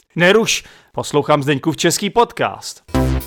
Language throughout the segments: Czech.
Neruš, poslouchám Zdeňkův český podcast.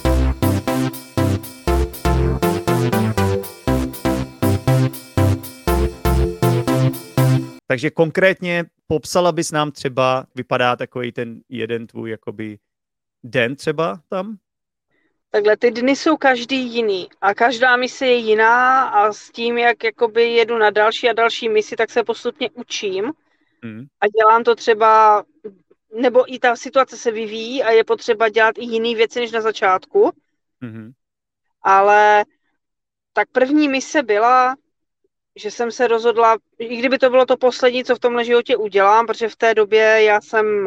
Takže konkrétně popsala bys nám třeba, vypadá takový ten jeden tvůj jakoby den třeba tam? Takhle, ty dny jsou každý jiný a každá mise je jiná a s tím, jak jakoby jedu na další a další misi, tak se postupně učím a dělám to třeba, nebo i ta situace se vyvíjí a je potřeba dělat i jiné věci než na začátku. Ale tak první mise byla, že jsem se rozhodla, i kdyby to bylo to poslední, co v tomhle životě udělám, protože v té době já jsem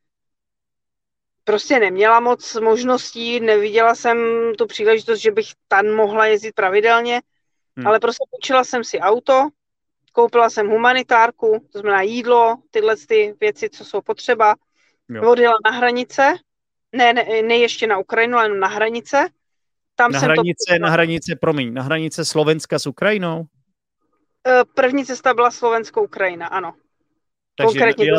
prostě neměla moc možností, neviděla jsem tu příležitost, že bych tam mohla jezdit pravidelně, ale prostě půjčila jsem si auto, koupila jsem humanitárku, to znamená jídlo, tyhle ty věci, co jsou potřeba, odjela na hranice, ne ještě na Ukrajinu, ale na hranice. Tam Na hranice Slovenska s Ukrajinou? První cesta byla Slovensko-Ukrajina, ano. Takže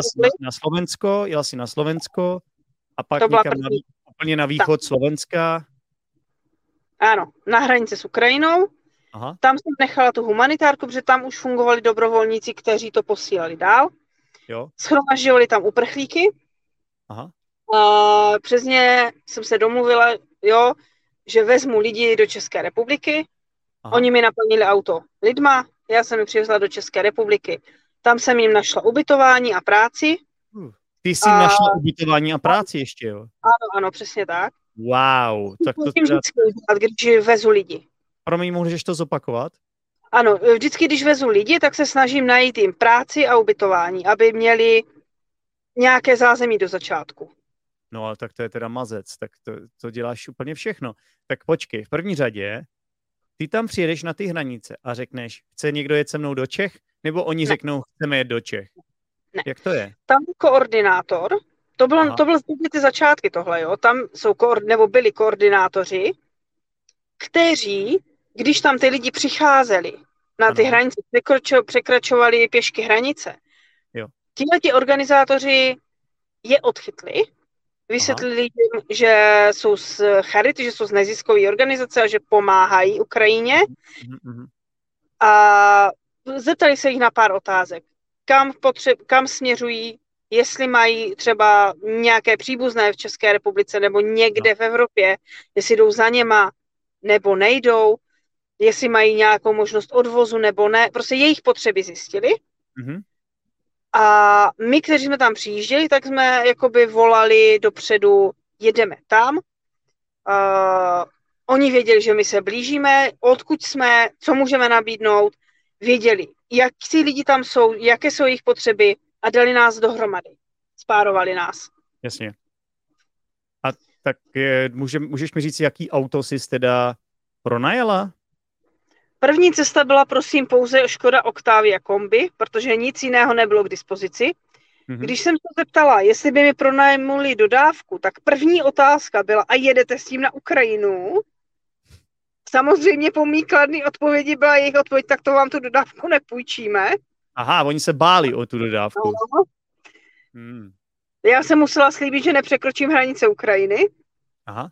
jela jsi na Slovensko a pak někam úplně na východ Slovenska. Ano, na hranici s Ukrajinou. Aha. Tam jsem nechala tu humanitárku, protože tam už fungovali dobrovolníci, kteří to posílali dál. Shromažďovali tam uprchlíky. Aha. Přes ně jsem se domluvila, že vezmu lidi do České republiky. Aha. Oni mi naplnili auto lidma, já jsem je přivezla do České republiky. Tam jsem jim našla ubytování a práci. Ty jsi našla ubytování a práci ještě, jo? Ano, přesně tak. Wow. Tak to vždycky udělat, když vezu lidi. Promiň, můžeš to zopakovat? Ano, vždycky, když vezu lidi, tak se snažím najít jim práci a ubytování, aby měli nějaké zázemí do začátku. No, ale tak to je teda mazec, tak to děláš úplně všechno. Tak počkej, v první řadě, ty tam přijedeš na ty hranice a řekneš, chce někdo jet se mnou do Čech? Nebo oni řeknou, chceme jet do Čech? Ne. Jak to je? Tam koordinátor, to bylo ty začátky tohle, jo. Tam byli koordinátoři, kteří, když tam ty lidi přicházeli na ty hranice, překračovali pěšky hranice, ti organizátoři je odchytli, vysvětlili jim, že jsou z charity, že jsou z neziskové organizace a že pomáhají Ukrajině a zeptali se jich na pár otázek. Kam směřují, jestli mají třeba nějaké příbuzné v České republice nebo někde v Evropě, jestli jdou za něma nebo nejdou, jestli mají nějakou možnost odvozu nebo ne. Prostě jejich potřeby zjistili. A my, kteří jsme tam přijížděli, tak jsme jakoby volali dopředu, jedeme tam. Oni věděli, že my se blížíme, odkud jsme, co můžeme nabídnout, věděli, jak ti lidi tam jsou, jaké jsou jejich potřeby a dali nás dohromady. Spárovali nás. Jasně. A tak můžeš mi říct, jaký auto jsi teda pronajala? První cesta byla, prosím, pouze Škoda Octavia kombi, protože nic jiného nebylo k dispozici. Když jsem se zeptala, jestli by mi pronajmuli dodávku, tak první otázka byla, a jedete s tím na Ukrajinu? Samozřejmě po mý kladný odpovědi byla jejich odpověď, tak to vám tu dodávku nepůjčíme. Aha, oni se báli o tu dodávku. Já jsem musela slíbit, že nepřekročím hranice Ukrajiny. Aha.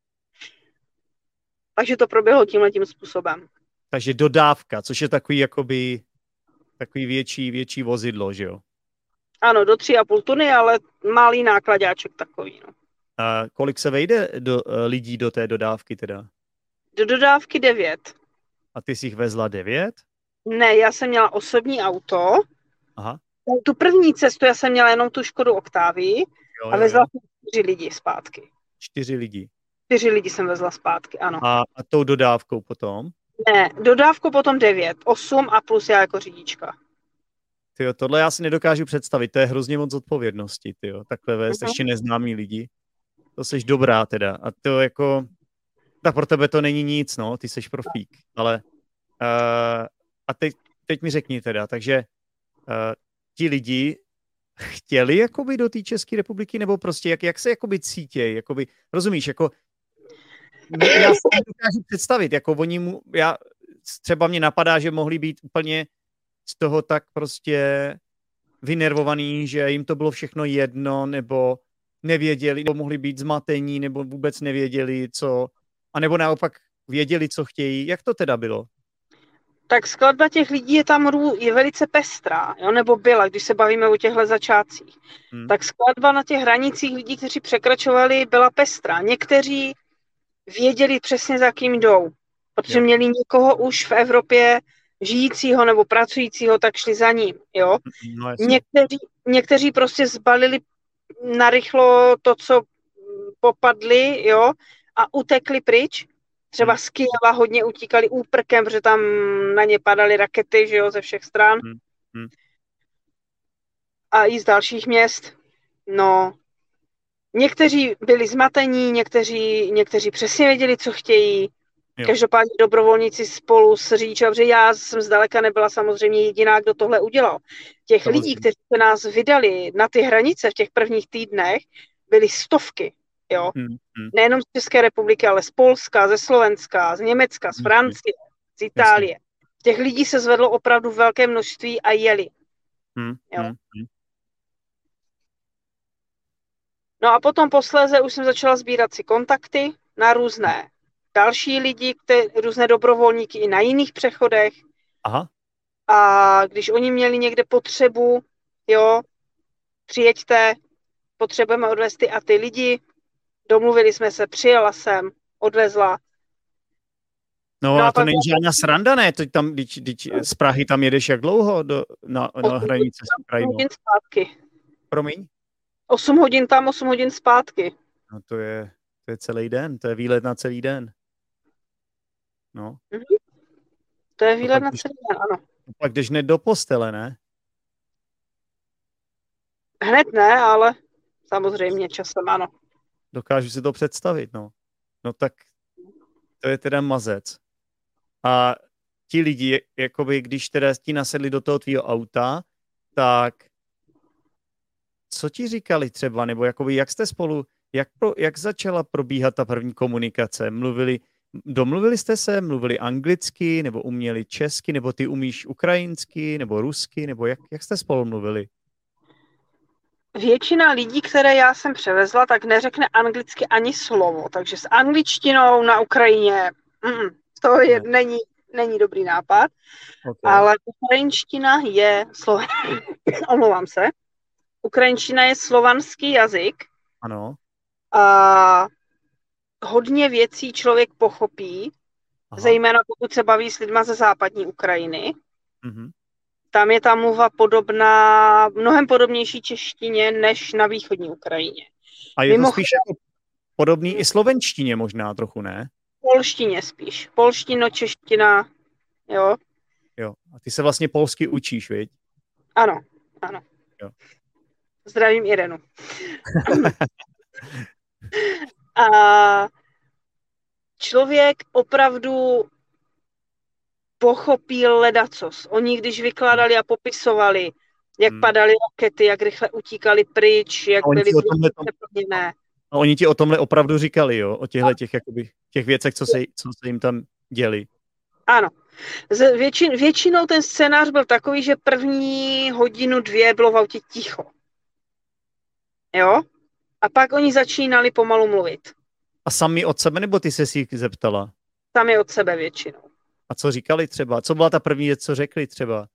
Takže to proběhlo tímhletím způsobem. Takže dodávka, což je takový jakoby takový větší vozidlo, že jo? Ano, do 3,5 tuny, ale malý nákladáček takový. No. A kolik se vejde lidí do té dodávky teda? Do dodávky 9. A ty jsi jich vezla 9? Ne, já jsem měla osobní auto. Aha. Tu první cestu já jsem měla jenom tu Škodu Octavii a vezla jsem 4 lidi zpátky. 4 lidi? 4 lidi jsem vezla zpátky, ano. A tou dodávkou potom? Ne, dodávku potom 9, 8 a plus já jako řidička. Tyjo, tohle já si nedokážu představit, to je hrozně moc odpovědnosti, tyjo. Takhle vést ještě neznámí lidi. To seš dobrá teda. A to jako, tak pro tebe to není nic, no, ty seš profík. Ale a teď mi řekni teda, takže ti lidi chtěli jakoby do té České republiky, nebo prostě jak se jakoby cítějí, jakoby, rozumíš, jako já si nedokážu představit, jako třeba mě napadá, že mohli být úplně z toho tak prostě vynervovaný, že jim to bylo všechno jedno, nebo nevěděli, nebo mohli být zmatení, nebo vůbec nevěděli, co, anebo naopak věděli, co chtějí. Jak to teda bylo? Tak skladba těch lidí je tam je velice pestrá, jo? Nebo byla, když se bavíme o těchto začátcích. Tak skladba na těch hranicích lidí, kteří překračovali, byla pestrá. Někteří věděli přesně, za kým jdou, protože měli někoho už v Evropě žijícího nebo pracujícího, tak šli za ním. Jo? No, někteří prostě zbalili narychlo to, co popadli, jo, a utekli pryč. Třeba z Kyjeva hodně utíkali úprkem, protože tam na ně padaly rakety, že jo, ze všech stran. A i z dalších měst. No, někteří byli zmatení, někteří přesně věděli, co chtějí. Jo. Každopádně dobrovolníci spolu s řidičem, protože já jsem zdaleka nebyla samozřejmě jediná, kdo tohle udělal. Těch lidí, kteří se nás vydali na ty hranice v těch prvních týdnech, byly stovky. Jo? Nejenom z České republiky, ale z Polska, ze Slovenska, z Německa, z Francie, z Itálie. Těch lidí se zvedlo opravdu velké množství a jeli. Jo? No a potom posléze už jsem začala sbírat si kontakty na různé další lidi, různé dobrovolníky i na jiných přechodech. Aha. A když oni měli někde potřebu, jo, přijeďte, potřebujeme odvést ty a ty lidi, domluvili jsme se, přijela jsem, odvezla. No a to není žádná sranda, ne? To tam, když z Prahy tam jedeš jak dlouho na hranice s Ukrajinou? 8 hodin zpátky. Promiň? 8 hodin tam, 8 hodin zpátky. No to je celý den, to je výlet na celý den. No. To je výlet na celý den, ano. Pak jdeš hned do postele, ne? Hned ne, ale samozřejmě časem ano. Dokážu si to představit, no. No tak to je teda mazec. A ti lidi, jakoby, když teda ti nasedli do toho tvýho auta, tak co ti říkali třeba, nebo jakoby, jak jste spolu, jak začala probíhat ta první komunikace? Domluvili jste se, mluvili anglicky, nebo uměli česky, nebo ty umíš ukrajinsky, nebo rusky, nebo jak jste spolu mluvili? Většina lidí, které já jsem převezla, tak neřekne anglicky ani slovo, takže s angličtinou na Ukrajině to není dobrý nápad, ale ukrajinština je omlouvám se, ukrajinština je slovanský jazyk. Ano. A hodně věcí člověk pochopí, zejména pokud se baví s lidma ze západní Ukrajiny. Tam je ta mluva podobná, mnohem podobnější češtině, než na východní Ukrajině. A je to spíš jako podobný i slovenštině možná trochu, ne? Polštině spíš. Polštino, čeština, jo. Jo. A ty se vlastně polsky učíš, viď? Ano. Jo. Zdravím Irenu. A člověk opravdu pochopil ledacos. Oni, když vykládali a popisovali, jak padaly rakety, jak rychle utíkali pryč, jak byly přeplněné. A oni ti o tomhle opravdu říkali, jo? O těch věcech, co se jim tam děli. Ano. Většinou ten scénář byl takový, že první hodinu, 2 bylo v autě ticho. Jo? A pak oni začínali pomalu mluvit. A sami od sebe, nebo ty se si jich zeptala? Sami od sebe většinou. A co říkali třeba? Co byla ta první věc, co řekli třeba?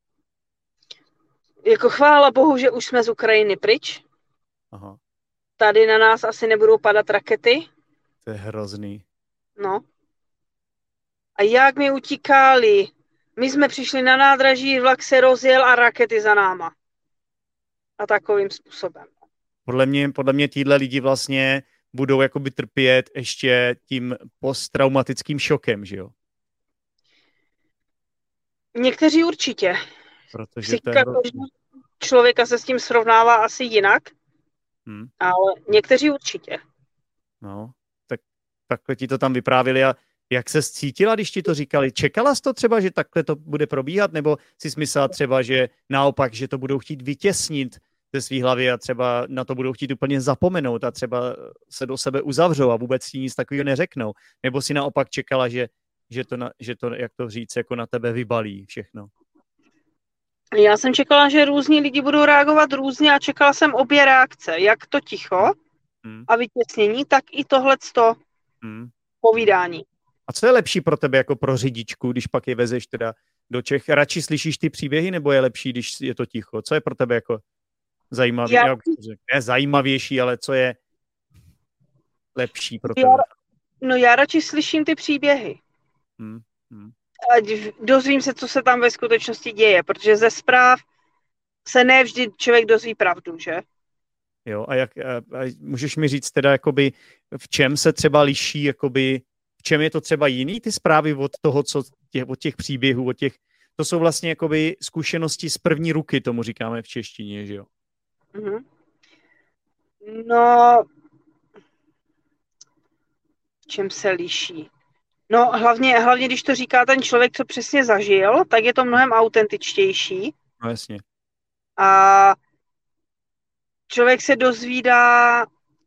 Jako chvála Bohu, že už jsme z Ukrajiny pryč. Aha. Tady na nás asi nebudou padat rakety. To je hrozný. No. A jak mi utíkali? My jsme přišli na nádraží, vlak se rozjel a rakety za náma. A takovým způsobem. Podle mě tíhle lidi vlastně budou jakoby trpět ještě tím posttraumatickým šokem, že jo? Někteří určitě. Protože Psychika člověka se s tím srovnává asi jinak, ale někteří určitě. No, takhle ti to tam vyprávěli a jak se cítila, když ti to říkali? Čekala jsi to třeba, že takhle to bude probíhat, nebo si myslela třeba, že naopak, že to budou chtít vytěsnit ze svý hlavy a třeba na to budou chtít úplně zapomenout a třeba se do sebe uzavřou a vůbec si nic takového neřeknou? Nebo si naopak čekala, že to, jak to říct, jako na tebe vybalí všechno? Já jsem čekala, že různí lidi budou reagovat různě a čekala jsem obě reakce. Jak to ticho a vytěsnění, tak i tohleto povídání. A co je lepší pro tebe jako pro řidičku, když pak je vezeš teda do Čech? Radši slyšíš ty příběhy, nebo je lepší, když je to ticho? Co je pro tebe jako zajímavější, ale co je lepší pro tebe? Já radši slyším ty příběhy. Dozvím se, co se tam ve skutečnosti děje, protože ze zpráv se ne vždy člověk dozví pravdu, že? Jo, a můžeš mi říct teda, jakoby, v čem se třeba liší, jakoby, v čem je to třeba jiný ty zprávy od toho, od těch příběhů, to jsou vlastně jakoby zkušenosti z první ruky, tomu říkáme v češtině, že jo? No, v čem se liší? No, hlavně, když to říká ten člověk, co přesně zažil, tak je to mnohem autentičtější. No, jasně. A člověk se dozvídá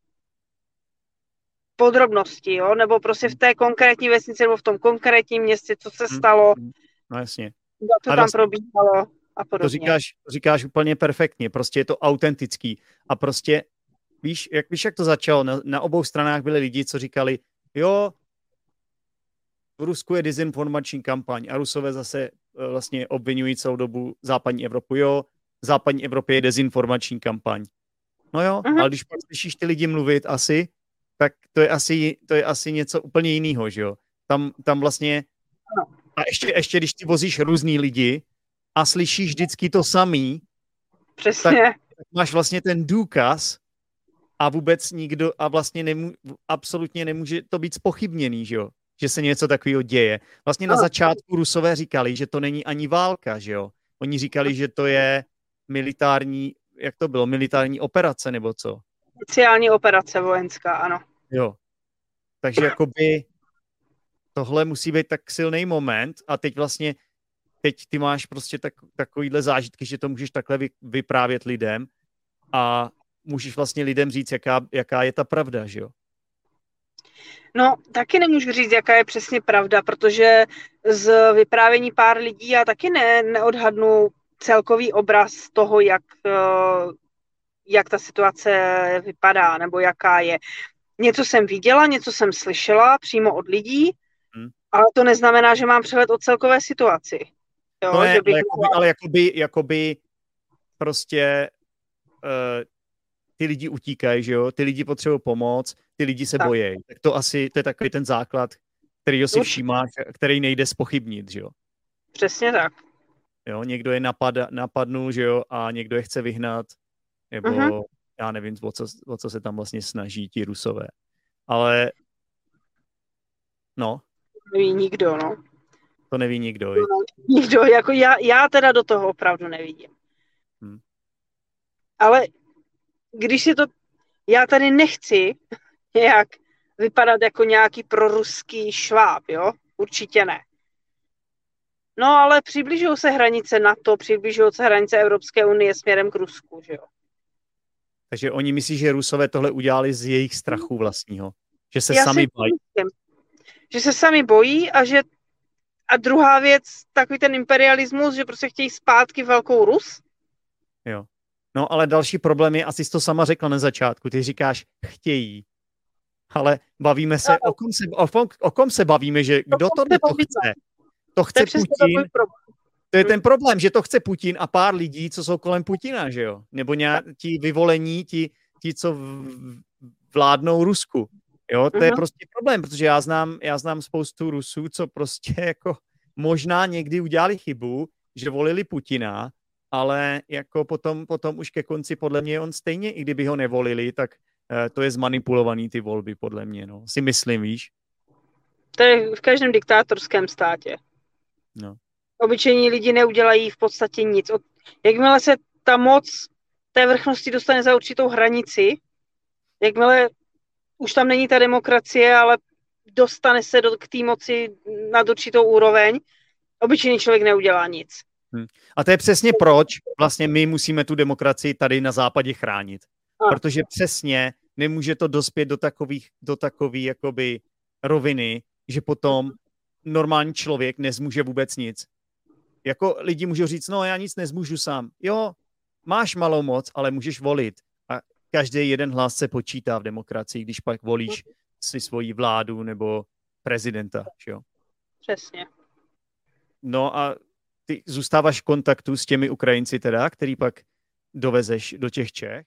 podrobnosti, jo? Nebo prostě v té konkrétní vesnici, nebo v tom konkrétním městě, co se stalo. No, jasně. Co tam probíhalo a podobně. To říkáš úplně perfektně, prostě je to autentický. A prostě, víš, jak to začalo? Na obou stranách byli lidi, co říkali, jo, v Rusku je dezinformační kampaň a Rusové zase vlastně obvinují celou dobu západní Evropu. Jo, v západní Evropě je dezinformační kampaň. No jo, ale když pak slyšíš ty lidi mluvit tak to je asi něco úplně jiného, že jo. Tam vlastně a ještě když ty vozíš různý lidi a slyšíš vždycky to samý, přesně. Tak máš vlastně ten důkaz a vůbec nikdo a vlastně absolutně nemůže to být zpochybněný, že jo. Že se něco takového děje. Vlastně na začátku Rusové říkali, že to není ani válka, že jo. Oni říkali, že to je militární, jak to bylo, militární operace, nebo co? Speciální operace vojenská, ano. Jo. Takže jakoby tohle musí být tak silný moment a teď ty máš prostě takovýhle zážitky, že to můžeš takhle vyprávět lidem a můžeš vlastně lidem říct, jaká je ta pravda, že jo? No, taky nemůžu říct, jaká je přesně pravda, protože z vyprávění pár lidí já taky neodhadnu celkový obraz toho, jak ta situace vypadá, nebo jaká je. Něco jsem viděla, něco jsem slyšela přímo od lidí, ale to neznamená, že mám přehled o celkové situaci. Jo, to ne, že bych ale jakoby prostě ty lidi utíkají, že jo? Ty lidi potřebují pomoc, ty lidi se bojí. Tak to je takový ten základ, kterýho si všímáš, který nejde zpochybnit, že jo? Přesně tak. Jo, někdo je napadnul, že jo, a někdo je chce vyhnat, nebo já nevím, o co se tam vlastně snaží ti Rusové. Ale no. Neví nikdo, no. To neví nikdo. Nikdo, jako já teda do toho opravdu nevidím. Ale když si to, já tady nechci nějak vypadat jako nějaký proruský šváb, jo? Určitě ne. No ale přibližují se hranice NATO, přibližují se hranice Evropské unie směrem k Rusku, že jo? Takže oni myslí, že Rusové tohle udělali z jejich strachu vlastního. Že se sami bojí. Že se sami bojí a druhá věc, takový ten imperialismus, že prostě chtějí zpátky velkou Rus. Jo. No ale další problém je, asi jsi to sama řekla na začátku, ty říkáš chtějí. Ale bavíme se, o kom se bavíme, že kdo to chce? To chce Putin. To je ten problém, že to chce Putin a pár lidí, co jsou kolem Putina, že jo? Nebo ti vyvolení, ti co vládnou Rusku. Jo, to je prostě problém, protože já znám spoustu Rusů, co prostě jako možná někdy udělali chybu, že volili Putina, ale jako potom už ke konci podle mě on stejně, i kdyby ho nevolili, tak to je zmanipulovaný ty volby podle mě, no. Si myslím, víš? To je v každém diktátorském státě. No. Obyčejní lidi neudělají v podstatě nic. Jakmile se ta moc té vrchnosti dostane za určitou hranici, jakmile už tam není ta demokracie, ale dostane se k té moci nad určitou úroveň, obyčejný člověk neudělá nic. A to je přesně proč vlastně my musíme tu demokracii tady na západě chránit. Protože přesně nemůže to dospět do takový jakoby roviny, že potom normální člověk nezmůže vůbec nic. Jako lidi můžou říct, no já nic nezmůžu sám. Jo, máš malou moc, ale můžeš volit. A každý jeden hlas se počítá v demokracii, když pak volíš si svoji vládu nebo prezidenta. Jo? Přesně. No a ty zůstáváš v kontaktu s těmi Ukrajinci teda, který pak dovezeš do těch Čech.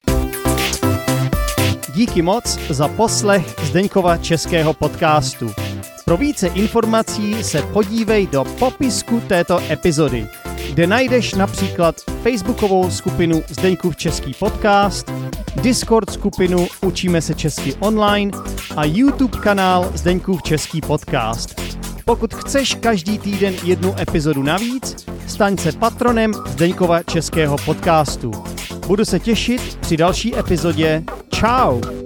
Díky moc za poslech Zdeňkova českého podcastu. Pro více informací se podívej do popisku této epizody, kde najdeš například facebookovou skupinu Zdeňkův český podcast, Discord skupinu Učíme se česky online a YouTube kanál Zdeňkův český podcast. Pokud chceš každý týden jednu epizodu navíc, staň se patronem Zdeňkova českého podcastu. Budu se těšit při další epizodě. Čau!